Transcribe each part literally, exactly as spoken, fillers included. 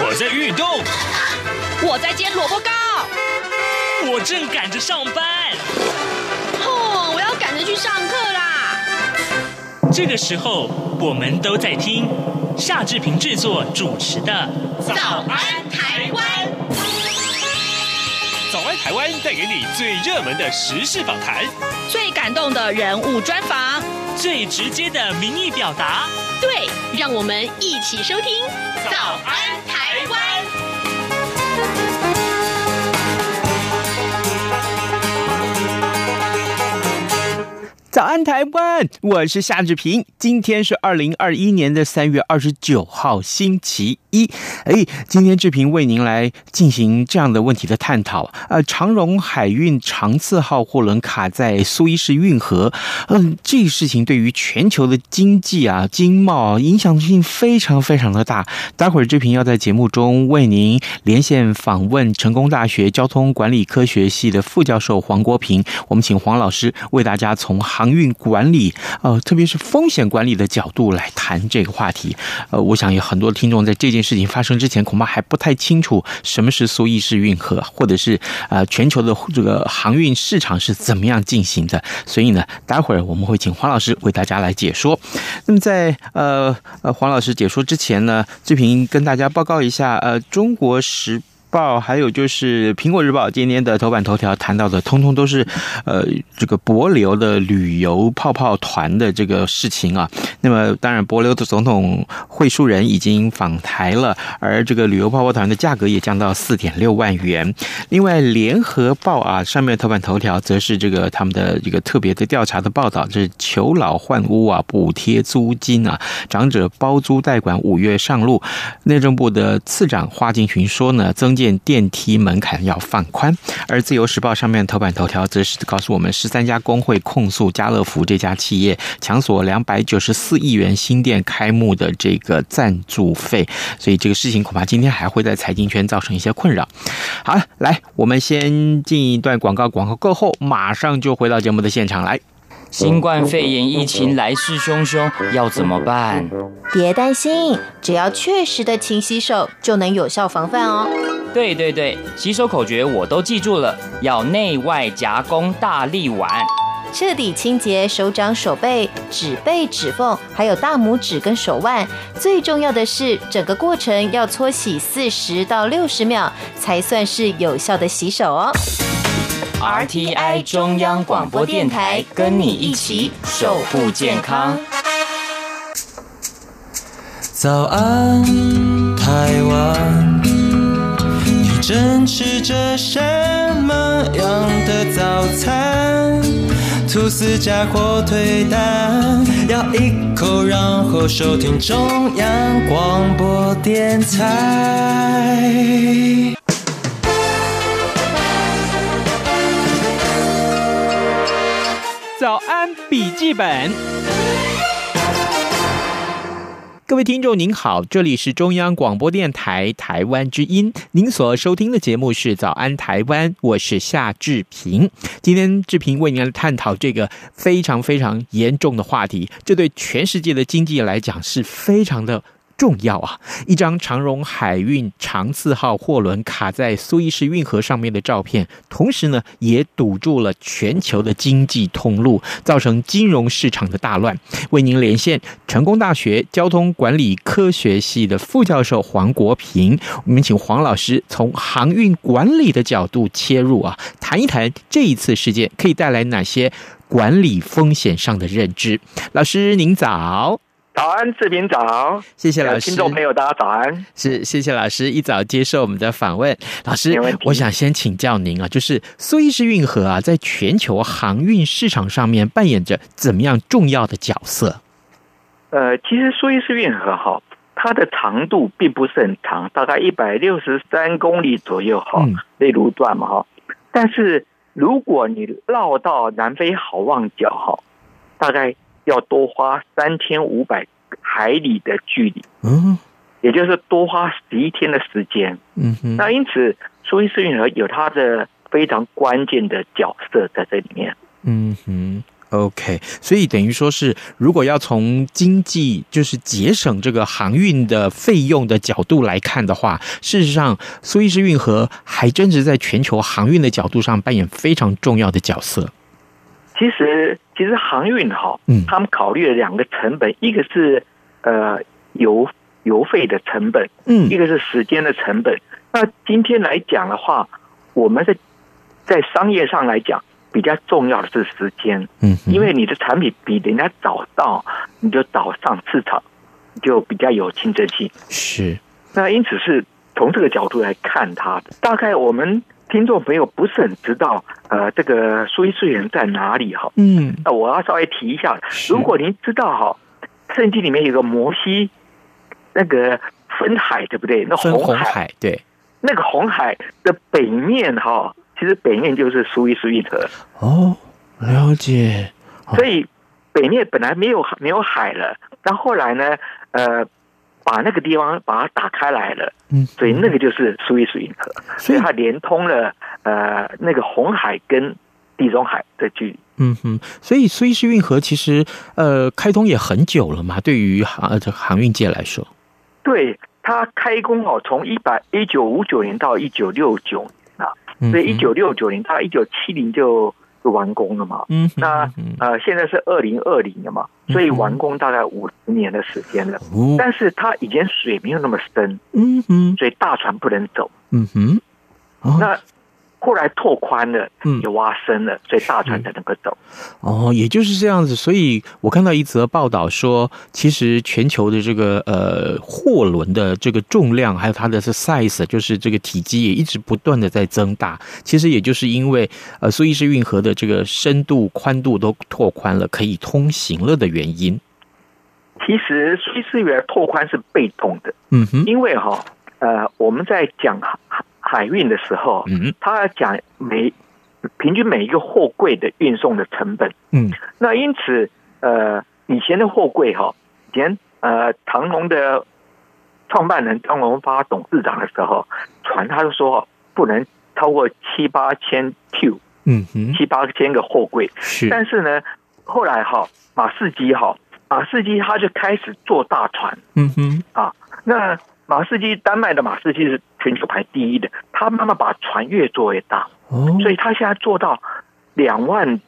我在运动， 我在煎萝卜糕， 我正赶着上班。 哦，我要赶着去上课啦！ 这个时候，我们都在听夏志平制作主持的《 早安台湾》。 早安台湾带给你最热门的时事访谈， 最感动的人物专访， 最直接的民意表达。 对，让我们一起收听《早安台湾》。 早安台湾，我是夏志平。今天是二零二一年的三月二十九号，星期一。哎，今天志平为您来进行这样的问题的探讨。呃，长荣海运长次号货轮卡在苏伊士运河，嗯、呃，这个事情对于全球的经济啊、经贸啊影响性非常非常的大。待会儿志平要在节目中为您连线访问成功大学交通管理科学系的副教授黄国平，我们请黄老师为大家从航运管理，呃，特别是风险管理的角度来谈这个话题。呃，我想有很多听众在这件事情发生之前，恐怕还不太清楚什么是苏伊士运河，或者是呃全球的这个航运市场是怎么样进行的。所以呢，待会儿我们会请黄老师为大家来解说。那么在呃呃黄老师解说之前呢，志平跟大家报告一下，呃，中国时报还有就是苹果日报今天的头版头条谈到的通通都是呃这个帛琉的旅游泡泡团的这个事情啊。那么当然帛琉的总统会书人已经访台了，而这个旅游泡泡团的价格也降到 四点六万元。另外联合报啊上面的头版头条则是这个他们的这个特别的调查的报道，这是求老换屋啊，补贴租金啊，长者包租代管五月上路。内政部的次长花敬群说呢，增电梯门槛要放宽。而自由时报上面头版头条则是告诉我们，十三家工会控诉家乐福这家企业强索两百九十四亿元新店开幕的这个赞助费，所以这个事情恐怕今天还会在财经圈造成一些困扰。好了，来，我们先进一段广告，广告过后马上就回到节目的现场来。 新冠肺炎疫情来势汹汹，要怎么办？ 别担心，只要确实的勤洗手，就能有效防范哦。 对对对，洗手口诀我都记住了，要内外夹攻大力碗， 彻底清洁手掌、手背、指背、指缝，还有大拇指跟手腕。最重要的是，整个过程要搓洗四十到六十秒，才算是有效的洗手哦。 R T I 中央广播电台，跟你一起守护健康。 早安，台湾，你正吃着什么样的早餐？吐司加火腿蛋，咬一口，然后收听中央广播电台。 早安笔记本，各位听众您好，这里是中央广播电台台湾之音，您所收听的节目是早安台湾，我是夏志平。今天志平为您来探讨这个非常非常严重的话题，这对全世界的经济来讲是非常的重要啊！一张长荣海运长次号货轮卡在苏伊士运河上面的照片，同时呢也堵住了全球的经济通路，造成金融市场的大乱。为您连线成功大学交通管理科学系的副教授黄国平，我们请黄老师从航运管理的角度切入啊，谈一谈这一次事件可以带来哪些管理风险上的认知。老师您早。 早安，志平早， 谢谢老师。 听众朋友，大家早安。 是，谢谢老师一早接受我们的访问。老师，我想先请教您啊，就是苏伊士运河啊，在全球航运市场上面扮演着怎么样重要的角色？ 呃，其实苏伊士运河哈，它的长度并不是很长，大概一百六十三公里左右哈，内陆段嘛哈。但是如果你绕到南非好望角哈，大概要多花三千五百海里的距离，嗯，也就是多花十一天的时间，嗯哼。那因此，苏伊士运河有它的非常关键的角色在这里面， 嗯哼。 OK， 所以等于说是，如果要从经济就是节省这个航运的费用的角度来看的话，事实上苏伊士运河还真是在全球航运的角度上扮演非常重要的角色。 其实，其实航运哈，嗯，他们考虑了两个成本，一个是呃油油费的成本，嗯，一个是时间的成本。那今天来讲的话，我们在在商业上来讲，比较重要的是时间，嗯，因为你的产品比人家早到，你就早上市场，就比较有竞争性。 是， 那因此是从这个角度来看它的。大概我们听众朋友不是很知道，呃，这个苏伊士运河在哪里哈？嗯，那我要稍微提一下，如果您知道哈，圣经里面有个摩西那个分海，对不对？那红海， 红海对， 那个红海的北面哈。其实北面就是苏伊士运河哦，了解。 所以北面本来没有没有海了，但后来呢，呃，把那个地方把它打开来了，嗯，所以那个就是苏伊士运河，所以它连通了呃那个红海跟地中海的距离。 嗯哼，所以苏伊士运河其实呃开通也很久了嘛，对于航这航运界来说， 对它开工哦，从一百一九五九年到一九六九年。所以一九六九年，到一九七零就就完工了嘛。嗯，那呃，现在是二零二零了嘛，所以完工大概五十年的时间了。嗯，但是它以前水没有那么深，嗯哼，所以大船不能走。嗯哼，哦、那后来拓宽了，嗯，也挖深了，所以大船才能够走。 哦，也就是这样子。所以我看到一则报道说，其实全球的这个呃货轮的这个重量，还有它的 size， 就是这个体积也一直不断的在增大。其实也就是因为呃苏伊士运河的这个深度、宽度都拓宽了，可以通行了的原因。 其实苏伊士运河拓宽是被动的，嗯哼，因为哈呃我们在讲海运的时候，嗯，他讲每平均每一个货柜的运送的成本，嗯，那因此，呃，以前的货柜哈，以前呃，长荣的创办人张荣发董事长的时候，船他就说不能超过七八千 Q， 嗯哼，七八千个货柜，是，但是呢，后来哈，马士基哈，马士基他就开始做大船，嗯哼，啊，那。马士基，丹麦的马士基是全球排第一的，他慢慢把船越做越大，哦，所以他现在做到两万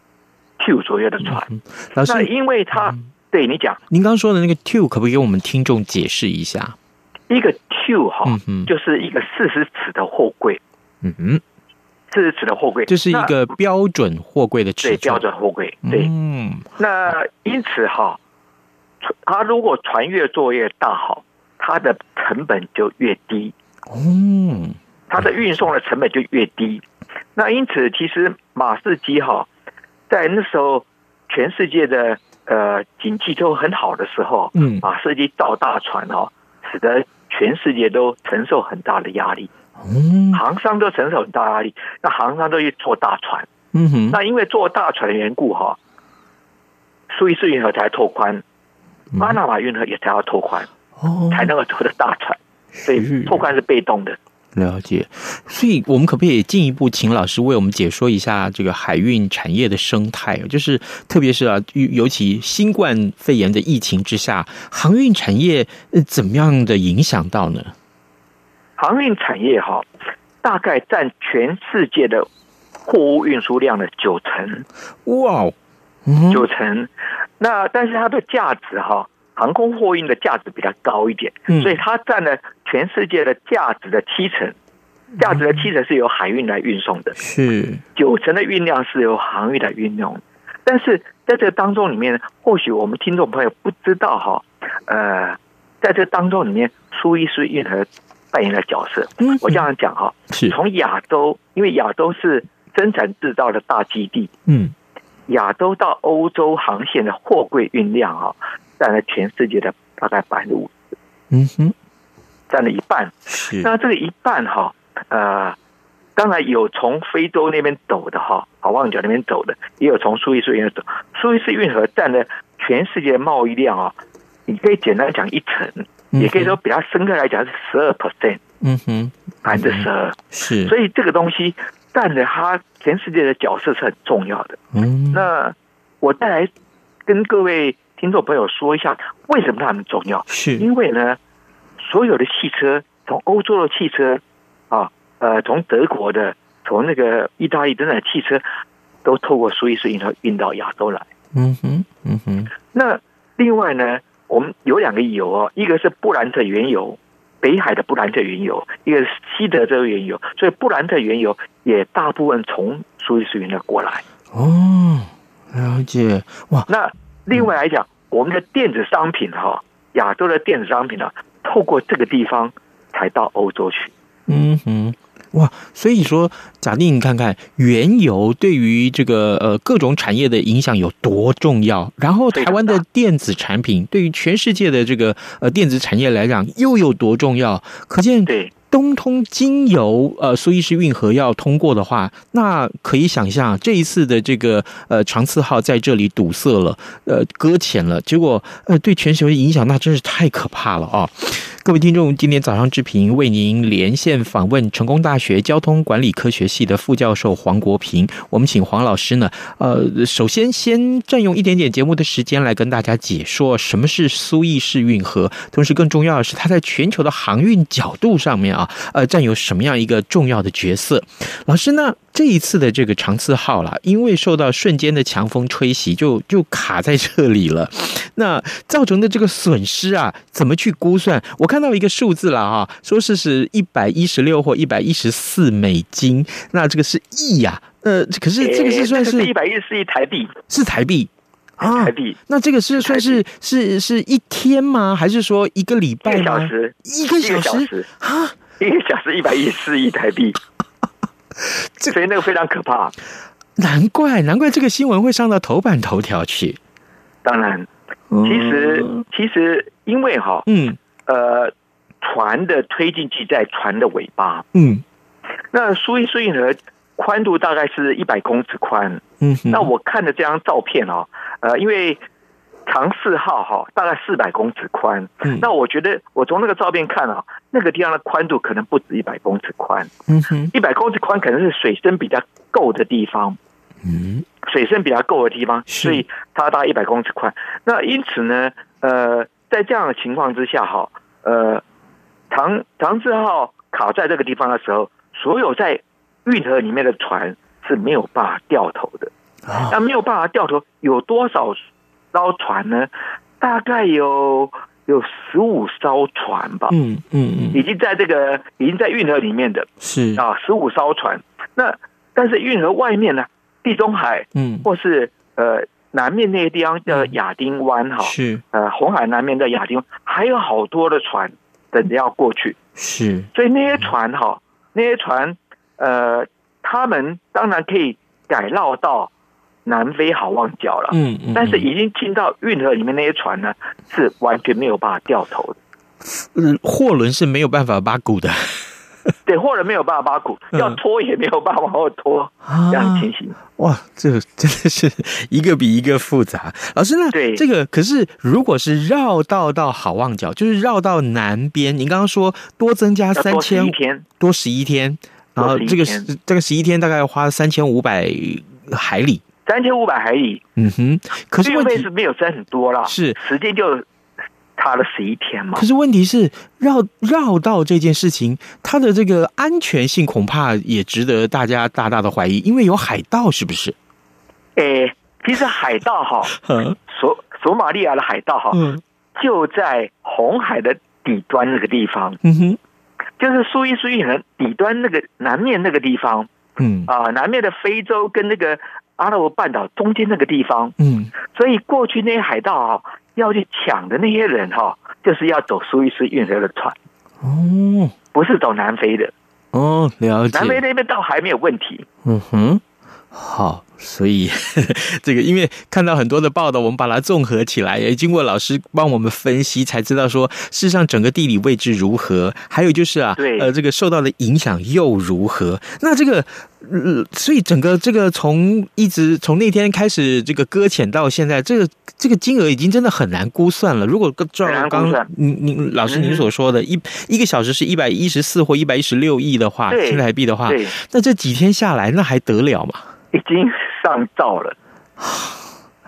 Q 左右的船。嗯、老师，那因为他、嗯、对你讲， 您刚说的那个 Q 可不可以给我们听众解释一下？ 一个 Q 哈、嗯，就是一个四十尺的货柜，嗯哼，四十尺的货柜， 这是一个标准货柜的尺寸， 对，标准货柜，对，嗯，那因此哈，他如果船越做越大哈。它的成本就越低，嗯，它的运送的成本就越低。那因此，其实马士基哈，在那时候全世界的呃景气都很好的时候，嗯，马士基造大船哈，使得全世界都承受很大的压力，嗯，航商都承受很大压力，那航商都去做大船，嗯哼，那因为做大船的缘故哈，苏伊士运河才拓宽，巴拿马运河也才要拓宽。哦，才能够走的大船，所以拓宽是被动的。 了解，所以我们可不可以进一步请老师为我们解说一下这个海运产业的生态？就是特别是啊，尤其新冠肺炎的疫情之下，航运产业怎么样的影响到呢？ 航运产业哈，大概占全世界的货物运输量的九成。哇，嗯、九成。那但是它的价值哈。航空货运的价值比较高一点，所以它占了全世界的价值的七成，价值的七成是由海运来运送的，是九成的运量是由航运来运用。但是在这个当中里面，或许我们听众朋友不知道哈，呃，在这当中里面，苏伊士运河扮演的角色。嗯，我这样讲哈，是从亚洲，因为亚洲是生产制造的大基地，嗯，亚洲到欧洲航线的货柜运量哈。占了全世界的大概百分之五十，嗯哼，占了一半。是，那这个一半哈，呃，当然有从非洲那边走的哈，好望角那边走的，也有从苏伊士运河走。苏伊士运河占了全世界的贸易量啊，你可以简单讲一成，嗯、也可以说比较深刻来讲是十二 percent， 嗯哼，百分之十二。是，所以这个东西占了它全世界的角色是很重要的。嗯，那我再来跟各位听众朋友说一下，为什么它很重要？ 是因为呢，所有的汽车，从欧洲的汽车啊，呃，从德国的，从那个意大利等等的汽车，都透过苏伊士运河运到亚洲来。 嗯哼，嗯哼。 那另外呢，我们有两个油哦，一个是布兰特原油，北海的布兰特原油，一个是西德州原油，所以布兰特原油也大部分从苏伊士运河过来。 哦，了解。哇， 那另外来讲，我们的电子商品哈，亚洲的电子商品啊，透过这个地方才到欧洲去。 嗯哼。哇，所以说，假定你看看原油对于这个呃各种产业的影响有多重要，然后台湾的电子产品对于全世界的这个呃电子产业来讲又有多重要，可见对。 东通经由呃苏伊士运河要通过的话，那可以想象这一次的这个呃长次号在这里堵塞了，呃搁浅了，结果呃对全球的影响那真是太可怕了啊！各位听众，今天早上志平为您连线访问成功大学交通管理科学系的副教授黄国平，我们请黄老师呢，呃，首先先占用一点点节目的时间来跟大家解说什么是苏伊士运河，同时更重要的是它在全球的航运角度上面啊，呃，占有什么样一个重要的角色？老师呢？这一次的这个长次号啦，因为受到瞬间的强风吹袭，就就卡在这里了。那造成的这个损失啊，怎么去估算？我看到一个数字啦，哈，说是是一百一十六或一百一十四美金，那这个是亿呀、啊。呃，可是这个是算是一百一十四亿台币， 是台币啊， 台币。 那这个是算是是是一天吗？还是说一个礼拜吗？ 一个小时， 一个小时啊， 一个小时一百一十四亿台币。所以那个非常可怕， 难怪难怪这个新闻会上到头版头条去。 当然，其实、嗯、其实因为哈，嗯，呃，船的推进器在船的尾巴，嗯，那苏伊士运河宽度大概是一百公尺宽，嗯，那我看的这张照片哦，呃，因为长四号哈大概四百公尺宽，嗯，那我觉得我从那个照片看啊，那个地方的宽度可能不止一百公尺宽，嗯哼，一百公尺宽可能是水深比较够的地方，嗯，水深比较够的地方，所以它大概一百公尺宽。那因此呢，呃，在这样的情况之下哈，呃，长长四号卡在这个地方的时候，所有在运河里面的船是没有办法掉头的，啊、那没有办法掉头，有多少艘船呢？大概有有十五艘船吧，嗯嗯嗯，已经在这个已经在运河里面的，是啊，十五艘船。那但是运河外面呢，地中海，嗯，或是呃南面那个地方叫亚丁湾哈，是呃红海南面的亚丁湾，还有好多的船等着要过去，是。所以那些船哈，那些船呃，他们当然可以改绕到南非好望角了，嗯嗯，但是已经进到运河里面那些船呢，是完全没有办法掉头的。 嗯，货轮是没有办法扒骨的， 对，货轮没有办法扒骨，嗯、要拖也没有办法往后拖，啊、这样情形。 哇，这个真的是一个比一个复杂。老师，那对这个可是如果是绕道到好望角，就是绕到南边，您刚刚说多增加三千天， 多十一天，然后这个这个十一天大概要花三千五百海里。 三千五百海里，嗯哼，可是问题是没有增很多啦，是时间就差了十一天嘛。 可是问题是绕绕道这件事情，它的这个安全性恐怕也值得大家大大的怀疑，因为有海盗，是不是？ 诶，其实海盗哈，索索马利亚的海盗哈，嗯、就在红海的底端那个地方，嗯哼，就是苏伊士运河底端那个南面那个地方，嗯啊，南面的非洲跟那个阿拉伯半岛中间那个地方，嗯，所以过去那些海盗啊，要去抢的那些人哈，就是要走苏伊士运河的船，哦，不是走南非的， 哦，了解， 南非那边倒还没有问题， 嗯哼，好，所以呵呵这个因为看到很多的报道，我们把它综合起来，也经过老师帮我们分析，才知道说，事实上整个地理位置如何，还有就是啊，对，呃，这个受到的影响又如何？那这个。呃，所以整个这个从一直从那天开始这个搁浅到现在，这个这个金额已经真的很难估算了。如果照刚您您老师您所说的，嗯、一一个小时是一百一十四或一百一十六亿的话，新台币的话，那这几天下来，那还得了嘛？ 已经上兆了。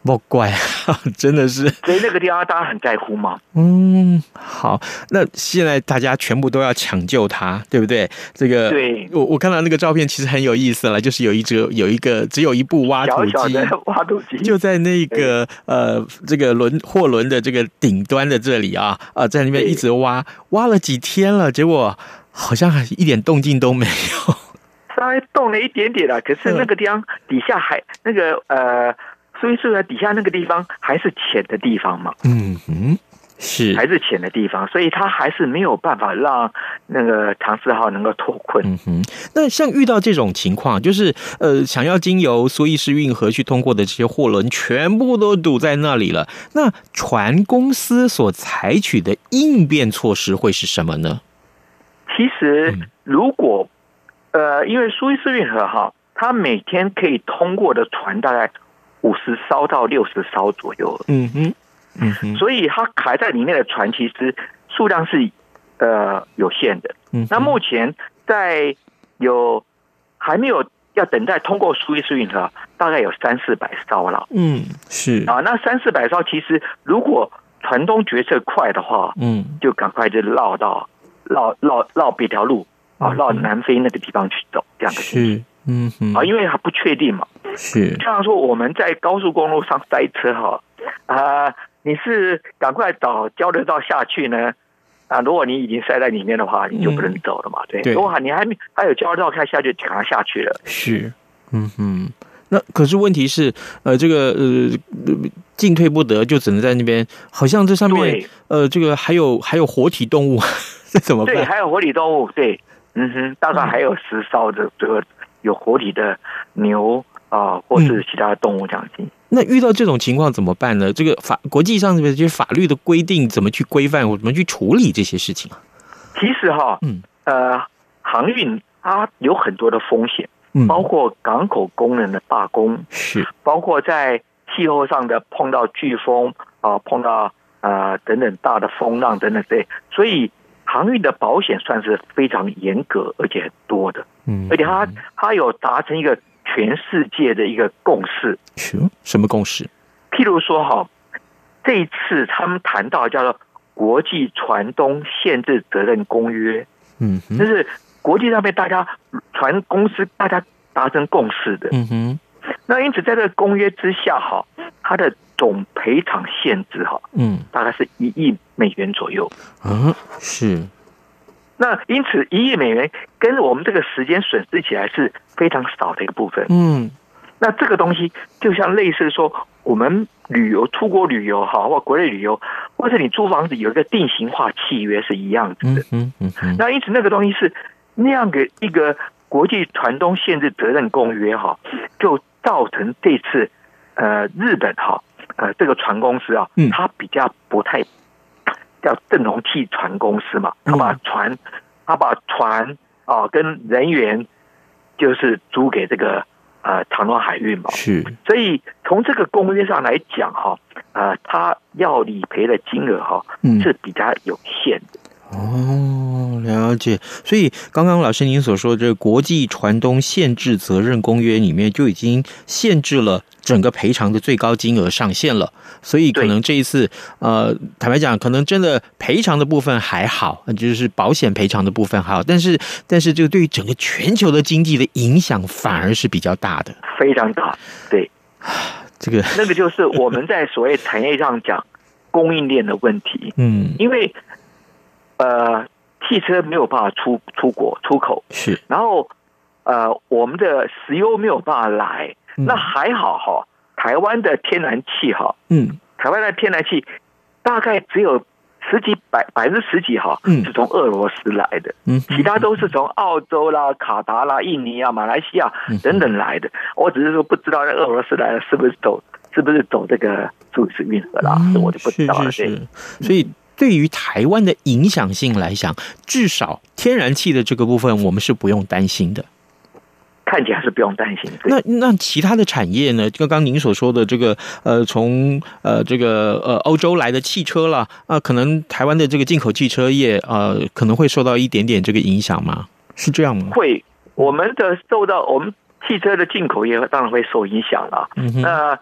不怪，真的是。 所以那个地方大家很在乎嘛。 嗯，好，那现在大家全部都要抢救它，对不对？这个， 对， 我我看到那个照片其实很有意思了，就是有一只有一个只有一部挖土机， 小小的挖土机就在那个呃这个轮货轮的这个顶端的这里啊啊、呃，在那边一直挖，挖了几天了，结果好像一点动静都没有。 稍微动了一点点了，可是那个地方底下还那个呃，所以说底下那个地方还是浅的地方嘛， 嗯嗯，是还是浅的地方，所以它还是没有办法让那个长四号能够脱困。 嗯哼，那像遇到这种情况，就是呃，想要经由苏伊士运河去通过的这些货轮，全部都堵在那里了。那船公司所采取的应变措施会是什么呢？ 其实如果呃，因为苏伊士运河哈，它每天可以通过的船大概五十艘到六十艘左右。 嗯哼，嗯哼， 所以它卡在里面的船其实数量是呃有限的。嗯，那目前在有还没有要等待通过苏伊士运河，大概有三四百艘了。 嗯，是啊，那三四百艘其实如果船东决策快的话，嗯，就赶快就绕到绕绕绕别条路。啊，绕南非那个地方去走，这样的是，嗯哼， 啊，因为还不确定嘛。 是， 像说我们在高速公路上塞车哈，啊，你是赶快找交流道下去呢？啊，如果你已经塞在里面的话，你就不能走了嘛，嗯、对。对如果你还没还有交流道开下去，赶快下去了。 是，嗯哼。那可是问题是，呃，这个呃进退不得，就只能在那边。好像这上面，呃，这个还有还有活体动物，这怎么办？ 对，还有活体动物，对。嗯哼，大概还有十艘的这个有活体的牛啊、呃，或是其他的动物这样子。 那遇到这种情况怎么办呢？这个法国际上这些法律的规定怎么去规范，或怎么去处理这些事情啊？ 其实哈，嗯，呃，航运它有很多的风险，嗯，包括港口工人的罢工， 是， 包括在气候上的碰到飓风啊、呃，碰到呃等等大的风浪等等这些，所以。航运的保险算是非常严格而且很多的，嗯，而且它它有达成一个全世界的一个共识。 什么共识？ 譬如说哈，这一次他们谈到叫做国际船东限制责任公约，嗯，就是国际上面大家船公司大家达成共识的，嗯哼。那因此在这个公约之下哈，它的总赔偿限制哈，嗯，大概是一亿美元左右。 嗯，是。 那因此一亿美元跟我们这个时间损失起来是非常少的一个部分。嗯，那这个东西就像类似说我们旅游出国旅游哈，或国内旅游，或者你租房子有一个定型化契约是一样子的。嗯嗯嗯。那因此那个东西是那样的一个国际船东限制责任公约哈，就造成这次呃日本哈呃这个船公司啊，它比较不太叫正荣汽船公司嘛，他把船他把船啊跟人员就是租给这个呃长荣海运嘛， 是， 所以从这个公约上来讲哈，呃，他要理赔的金额哈是比较有限的。 哦，了解。所以刚刚老师您所说的这个国际船东限制责任公约里面就已经限制了整个赔偿的最高金额上限了，所以可能这一次呃，坦白讲，可能真的赔偿的部分还好，就是保险赔偿的部分还好，但是但是这个对于整个全球的经济的影响反而是比较大的， 非常大。对， 这个那个就是我们在所谓产业上讲供应链的问题。嗯，因为呃，汽车没有办法出出国出口， 是， 然后呃，我们的石油没有办法来，嗯、那还好哈，台湾的天然气哈，嗯，台湾的天然气大概只有十几百百分之十几哈，嗯，是从俄罗斯来的，嗯，其他都是从澳洲啦、卡达啦、印尼啊、马来西亚等等来的。我只是说不知道那俄罗斯来的是不是走是不是走这个苏伊士运河啦，这、嗯、我就不知道了。 是是是，所以。对于台湾的影响性来讲，至少天然气的这个部分我们是不用担心的， 看起来是不用担心。 那那其他的产业呢？刚刚您所说的这个呃，从呃这个呃欧洲来的汽车啦，啊、呃，可能台湾的这个进口汽车业呃可能会受到一点点这个影响吗？是这样吗？ 会，我们的受到我们汽车的进口业当然会受影响了。嗯、那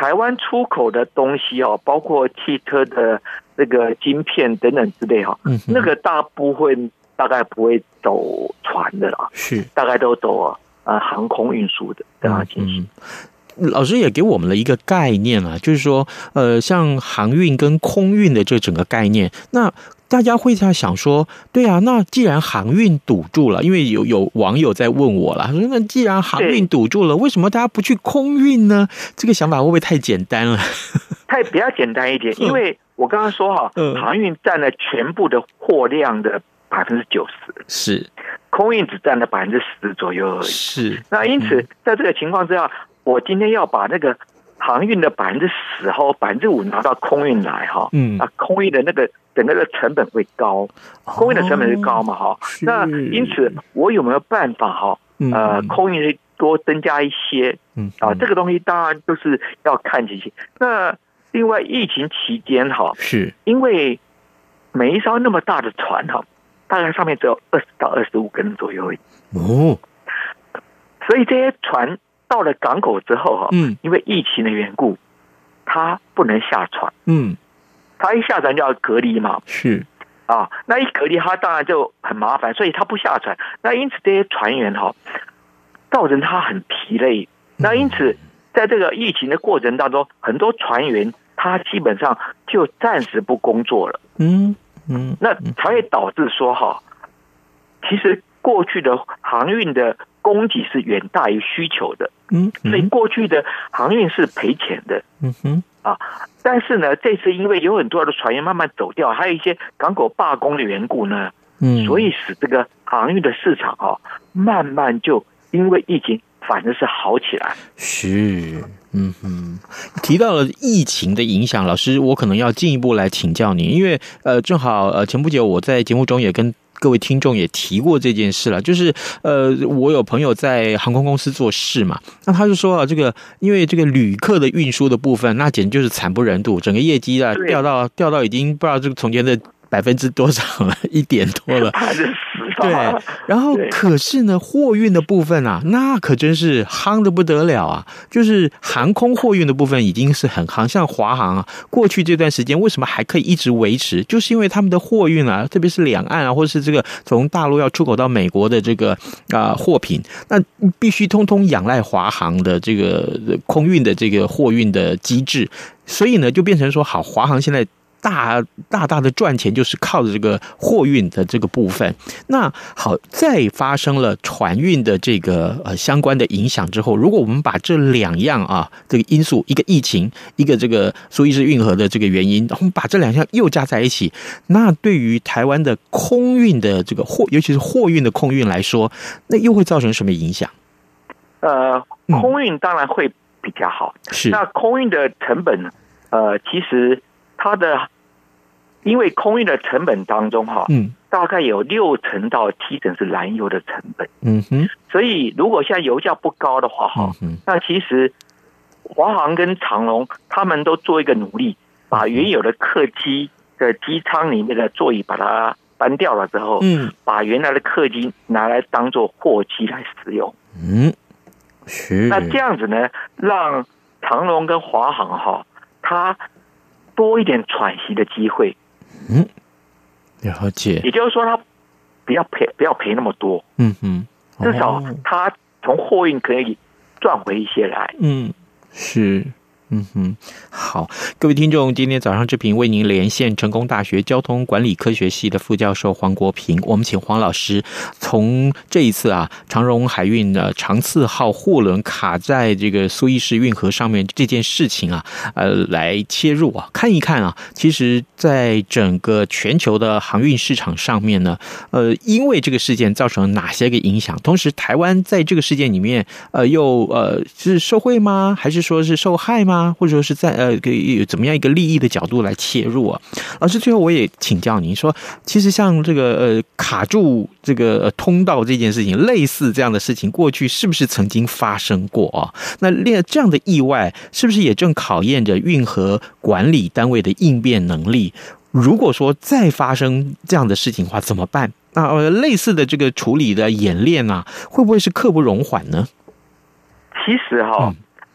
台湾出口的东西哦，包括汽车的这个晶片等等之类哈、哦，那个大部分大概不会走船的啦， 是大概都走呃航空运输的这样进行。 老师也给我们了一个概念啊，就是说，呃，像航运跟空运的这整个概念，那大家会在想说，对啊，那既然航运堵住了，因为有有网友在问我了，说那既然航运堵住了，为什么大家不去空运呢？这个想法会不会太简单了？ 太比较简单一点，因为我刚刚说哈， 嗯、 航运占了全部的货量的百分之九十， 是空运只占了百分之十左右而已。 是， 那因此在这个情况之下，我今天要把那个航运的百分之十或百分之五拿到空运来哈，嗯，啊，空运的那个整个的成本会高，空运的成本是高嘛哈、哦，那因此我有没有办法哈，呃，空运多增加一些，嗯啊，这个东西当然就是要看情形。那另外疫情期间哈， 是因为每一艘那么大的船哈，大概上面只有二十到二十五个人左右而已，哦，所以这些船到了港口之后哈，嗯，因为疫情的缘故，他不能下船，嗯，他一下船就要隔离嘛， 是啊，那一隔离他当然就很麻烦，所以他不下船。那因此这些船员哈，造成他很疲累。那因此在这个疫情的过程当中，很多船员他基本上就暂时不工作了，嗯嗯，那才会导致说哈，其实过去的航运的供给是远大于需求的，嗯，所以过去的航运是赔钱的，嗯哼，啊，但是呢，这次因为有很多的船员慢慢走掉，还有一些港口罢工的缘故呢，嗯，所以使这个航运的市场啊，慢慢就因为疫情反而是好起来。 是，嗯哼，提到了疫情的影响，老师，我可能要进一步来请教您，因为呃，正好呃，前不久我在节目中也跟各位听众也提过这件事了，就是呃，我有朋友在航空公司做事嘛，那他就说啊，这个因为这个旅客的运输的部分，那简直就是惨不忍睹，整个业绩啊掉到掉到已经不知道这个从前的百分之多少了，一点多了。对，然后可是呢，货运的部分啊，那可真是夯的不得了啊！就是航空货运的部分已经是很夯，像华航啊，过去这段时间为什么还可以一直维持？就是因为他们的货运啊，特别是两岸啊，或者是这个从大陆要出口到美国的这个啊、呃、货品，那必须通通仰赖华航的这个空运的这个货运的机制，所以呢，就变成说，好，华航现在大大大的赚钱就是靠着这个货运的这个部分。那好，再发生了船运的这个呃相关的影响之后，如果我们把这两样啊这个因素，一个疫情，一个这个苏伊士运河的这个原因，我们把这两项又加在一起，那对于台湾的空运的这个货，尤其是货运的空运来说，那又会造成什么影响？ 呃，空运当然会比较好，嗯、是那空运的成本，呃，其实。它的，因为空运的成本当中哈，嗯，大概有六成到七成是燃油的成本，嗯哼，所以如果现在油价不高的话哈，嗯，那其实华航跟长荣他们都做一个努力，把原有的客机的机舱里面的座椅把它搬掉了之后，嗯，把原来的客机拿来当做货机来使用，嗯，是，那这样子呢，让长荣跟华航哈，它多一点喘息的机会， 嗯，了解。 也就是说，他不要赔，不要赔那么多，嗯嗯， 哦、 至少他从货运可以赚回一些来， 嗯，是。嗯哼，好，各位听众，今天早上这频为您连线成功大学交通管理科学系的副教授黄国平，我们请黄老师从这一次啊长荣海运的长次号货轮卡在这个苏伊士运河上面这件事情啊，呃，来切入啊，看一看啊，其实在整个全球的航运市场上面呢，呃，因为这个事件造成哪些个影响？同时，台湾在这个事件里面，呃，又呃是受惠吗？还是说是受害吗？或者说是在呃怎么样一个利益的角度来切入啊？老师，最后我也请教您说，其实像这个呃卡住这个通道这件事情，类似这样的事情，过去是不是曾经发生过啊？那这样的意外，是不是也正考验着运河管理单位的应变能力？如果说再发生这样的事情的话，怎么办？那、呃、类似的这个处理的演练啊，会不会是刻不容缓呢？ 其实哈、哦。嗯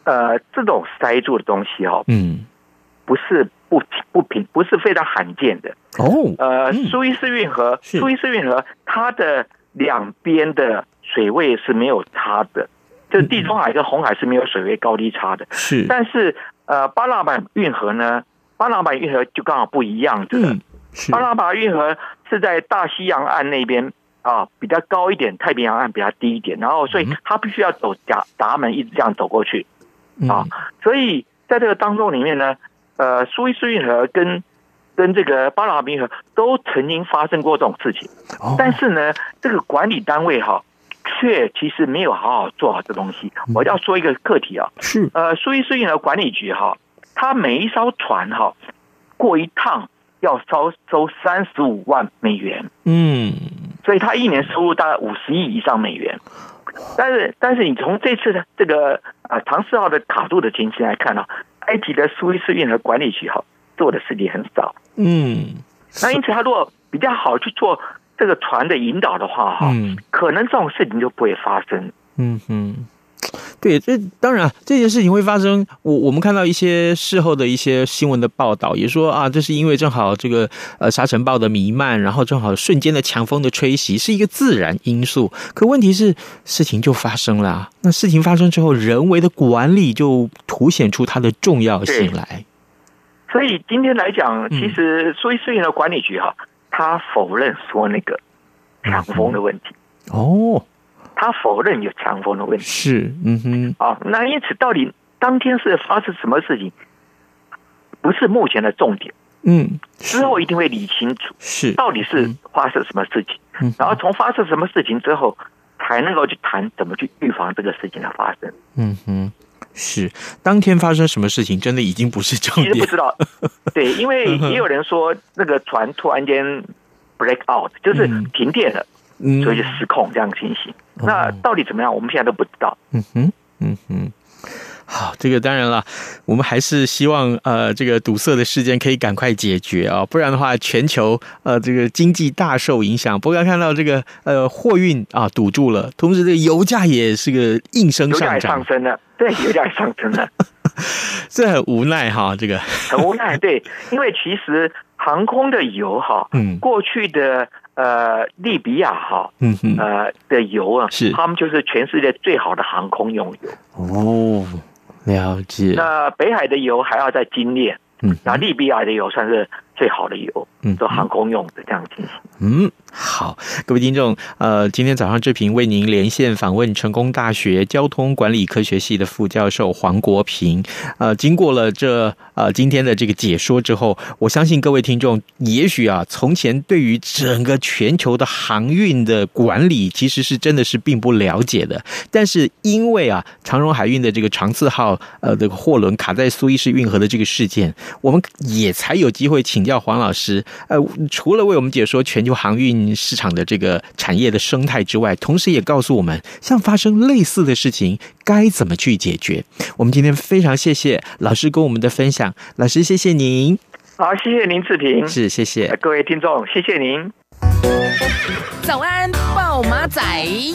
呃，这种塞住的东西哈、哦， 嗯， 不是不不平，不是非常罕见的哦。 呃，苏伊士运河，苏伊士运河它的两边的水位是没有差的，就地中海跟红海是没有水位高低差的。 是， 但是呃，巴拿马运河呢，巴拿马运河就刚好不一样的。 嗯， 巴拿马运河是在大西洋岸那边啊比较高一点，太平洋岸比较低一点，然后所以它必须要走闸闸门，一直这样走过去啊。所以在这个当中里面呢，呃，苏伊士运河跟跟这个巴拿马运河都曾经发生过这种事情， 哦、 但是呢，这个管理单位哈、啊，却其实没有好好做好这东西。我要说一个课题啊， 是呃，苏伊士运河管理局哈、啊，它每一艘船哈、啊、过一趟要收收三十五万美元， 嗯， 所以它一年收入大概五十亿以上美元。但是，但是你从这次的这个啊唐四号的卡住的情形来看呢、啊，埃及的苏伊士运河管理局哈、啊、做的事情很少， 嗯， 那因此他如果比较好去做这个船的引导的话哈、嗯，可能这种事情就不会发生。 嗯哼。对，这当然这件事情会发生。我我们看到一些事后的一些新闻的报道，也说啊，这是因为正好这个呃沙尘暴的弥漫，然后正好瞬间的强风的吹袭，是一个自然因素。可问题是，事情就发生了、啊。那事情发生之后，人为的管理就凸显出它的重要性来。 所以今天来讲，其实苏伊士运河管理局哈、啊，他否认说那个强风的问题。 嗯、哦。 他否认有强风的问题， 是，嗯哼， 啊，那因此到底当天是发生什么事情，不是目前的重点， 嗯， 之后一定会理清楚， 是， 到底是发生什么事情， 嗯、 然后从发生什么事情之后，才能够去谈怎么去预防这个事情的发生。 嗯哼，是，当天发生什么事情，真的已经不是重点， 其实不知道，对，因为也有人说那个船突然间 break out， 就是停电了。嗯，所以就失控这样情形，嗯，那到底怎么样？我们现在都不知道。 嗯哼，嗯哼，好，这个当然了，我们还是希望呃，这个堵塞的事件可以赶快解决啊，不然的话，全球呃这个经济大受影响。不过看到这个呃货运啊堵住了，同时这个油价也是个应声上涨， 油价上升了，对，油价上升了， 这很无奈哈，这个很无奈，对，因为其实航空的油哈，嗯，过去的。呃，利比亚哈，嗯哼，呃的油啊，是他们就是全世界最好的航空用油。 哦，了解。 那北海的油还要再精炼，嗯，然后利比亚的油算是最好的油，嗯，做航空用的这样情形。 嗯，好，各位听众，呃，今天早上志平为您连线访问成功大学交通管理科学系的副教授黄国平。呃，经过了这呃今天的这个解说之后，我相信各位听众，也许啊，从前对于整个全球的航运的管理，其实是真的是并不了解的。但是因为啊，长荣海运的这个长次号呃这个货轮卡在苏伊士运河的这个事件，我们也才有机会请教黄老师。呃，除了为我们解说全球航运市场的这个产业的生态之外，同时也告诉我们，像发生类似的事情该怎么去解决。我们今天非常谢谢老师跟我们的分享，老师谢谢您。 好，谢谢您志平， 是谢谢各位听众，谢谢您。 早安，暴马仔。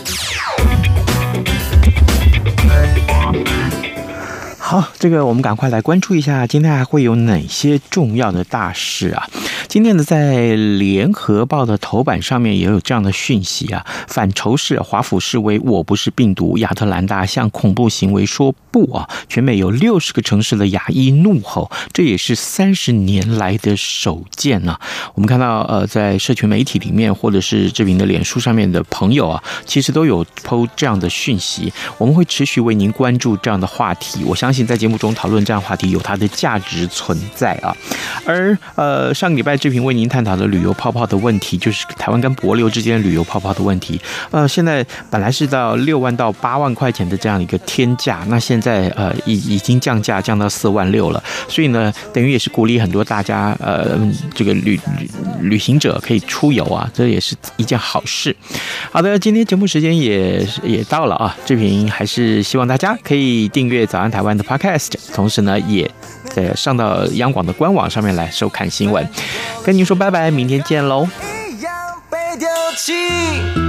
好，这个我们赶快来关注一下，今天还会有哪些重要的大事啊？今天呢，在联合报的头版上面也有这样的讯息啊，反仇视，华府示威，我不是病毒，亚特兰大向恐怖行为说不啊！全美有六十个城市的亚裔怒吼，这也是三十年来的首见啊！我们看到呃，在社群媒体里面，或者是志平的脸书上面的朋友啊，其实都有 po 这样的讯息，我们会持续为您关注这样的话题。我相信在节目中讨论这样的话题有它的价值存在啊。而呃，上个礼拜志平为您探讨的旅游泡泡的问题，就是台湾跟帛琉之间旅游泡泡的问题。呃，现在本来是到六万到八万块钱的这样一个天价，那现在呃已已经降价降到四万六了，所以呢，等于也是鼓励很多大家呃这个旅旅旅行者可以出游啊，这也是一件好事。好的，今天节目时间也也到了啊，志平还是希望大家可以订阅早安台湾的 Podcast， 同时呢也呃上到央广的官网上面来收看新闻。跟您说拜拜，明天见喽。一样被丢弃